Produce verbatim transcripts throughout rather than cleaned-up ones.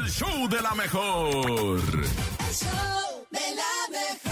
el show de la mejor. El show de la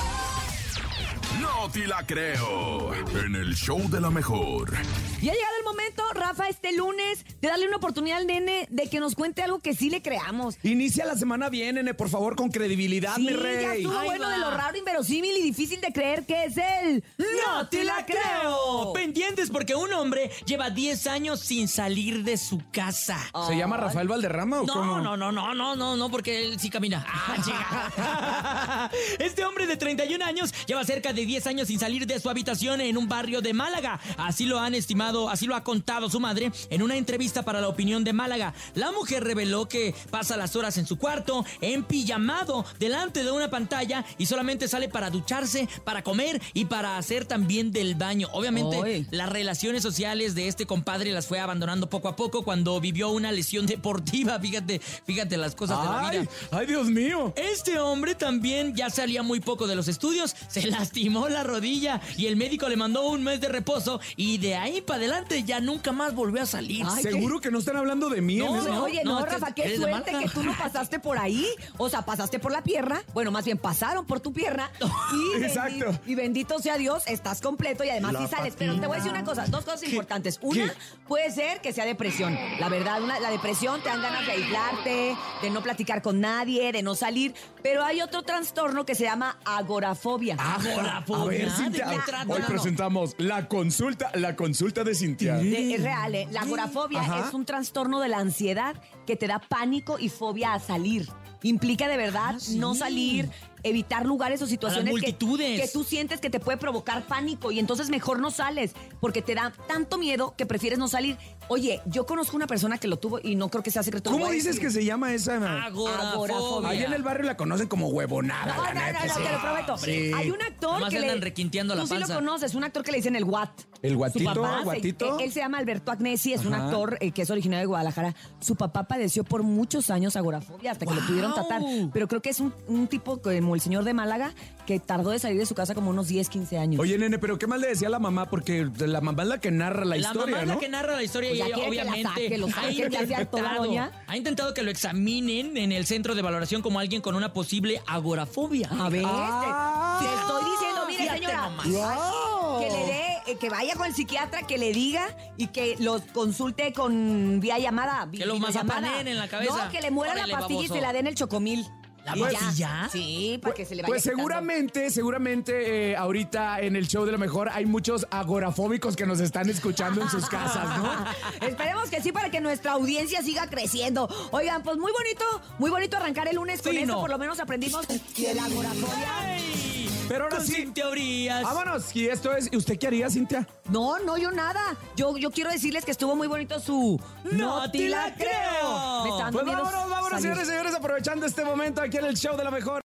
mejor. No te la creo. En el show de la mejor. Y ha llegado el momento, Rafa, este lunes, de darle una oportunidad al nene de que nos cuente algo que sí le creamos. Inicia la semana bien, nene, por favor, con credibilidad, Sí, mi ya rey. estuvo Ahí bueno va. de lo raro, inverosímil y difícil de creer que es él. ¡No te la creo! Pendientes porque un hombre lleva diez años sin salir de su casa. ¿Se llama Rafael Valderrama o No, cómo? no, no, no, no, no, no, porque él sí camina. Ah, chica. Este hombre de treinta y un años lleva cerca de diez años sin salir de su habitación en un barrio de Málaga. Así lo han estimado, así lo ha contado su madre en una entrevista para La Opinión de Málaga. La mujer reveló que pasa las horas en su cuarto, en pijamado, delante de una pantalla y solamente sale para ducharse, para comer y para hacer también del baño. Obviamente, Oy. las relaciones sociales de este compadre las fue abandonando poco a poco cuando vivió una lesión deportiva. Fíjate, fíjate las cosas de la Ay, vida. ay, Dios mío. Este hombre también ya salía muy poco de los estudios, se lastimó la rodilla y el médico le mandó un mes de reposo y de ahí para adelante ya nunca más volvió a salir. Ay, ¿Seguro que no están hablando de mí? No, en eso? no. Oye, no, es que Rafa, qué eres de suerte Málaga. que tú no pasaste por ahí. O sea, pasaste por la pierna. Bueno, más bien pasaron por tu pierna. Y bendi- Exacto. Y bendito sea Dios, estás completo y además La sí sales. Pero te voy a decir una cosa, dos cosas importantes. Una, ¿Qué? puede ser que sea depresión. La verdad, una, la depresión te dan ganas de aislarte, de no platicar con nadie, de no salir. Pero hay otro trastorno que se llama agorafobia. Agorafobia. A ver, ¿De Cintia, qué trata? hoy No, no. presentamos la consulta, la consulta de Cintia. De- es real, ¿eh? La agorafobia Ajá. es un trastorno de la ansiedad que te da pánico y fobia a salir. Implica de verdad Ah, sí. no salir, evitar lugares o situaciones que, multitudes. que tú sientes que te puede provocar pánico y entonces mejor no sales porque te da tanto miedo que prefieres no salir. Oye, yo conozco una persona que lo tuvo y no creo que sea secreto. ¿Cómo dices que se llama esa? Agorafobia. Agorafobia. Allá en el barrio la conocen como huevonada, No, la no, no, neta, no, sí. te lo prometo. Sí. Hay un actor Nomás que andan le... requinteando la Tú sí panza. lo conoces, un actor que le dicen el Guat. ¿El Guatito? Su papá, se- ¿Guatito? él, él se llama Alberto Agnesi, es un Ajá. actor eh, que es originario de Guadalajara. Su papá padeció por muchos años agorafobia hasta que lo pudieron ¡Guau! tratar. Pero creo que es un, un tipo como el señor de Málaga que tardó de salir de su casa como unos diez, quince años. Oye, nene, pero ¿qué más le decía la mamá? Porque la mamá es la que narra la, La historia, mamá es ¿no? la que narra la historia Pues ya y ella quiere que la obviamente saque, lo saque, ha que le hacía toda intentado, doña. ha intentado que lo examinen en el centro de valoración como alguien con una posible agorafobia. A ver, Ah. te, te estoy diciendo, mire, Fíjate señora, nomás. Wow. que le dé, eh, que vaya con el psiquiatra, que le diga y que los consulte con vía llamada. vi- Que lo videollamada. mazapaneen en la cabeza. No, que le muera Órale, la pastilla baboso. y se la den el chocomil. ¿La Y ya. pastilla? Sí, para que se le vaya Pues quitando. seguramente, seguramente eh, ahorita en el show de lo mejor hay muchos agorafóbicos que nos están escuchando en sus casas, ¿no? Esperemos que sí para que nuestra audiencia siga creciendo. Oigan, pues muy bonito, muy bonito arrancar el lunes con Sí, esto. no. Por lo menos aprendimos de la agorafobia. ¡Ay! Pero ahora Con sí. Cintia Urias. Vámonos. Y esto es, ¿usted qué haría, Cintia? No, no, yo nada. Yo, yo quiero decirles que estuvo muy bonito su... ¡No te la creo! Me está dando Pues miedo vámonos, vámonos, salir. señores, señores, aprovechando este momento aquí en el show de lo mejor.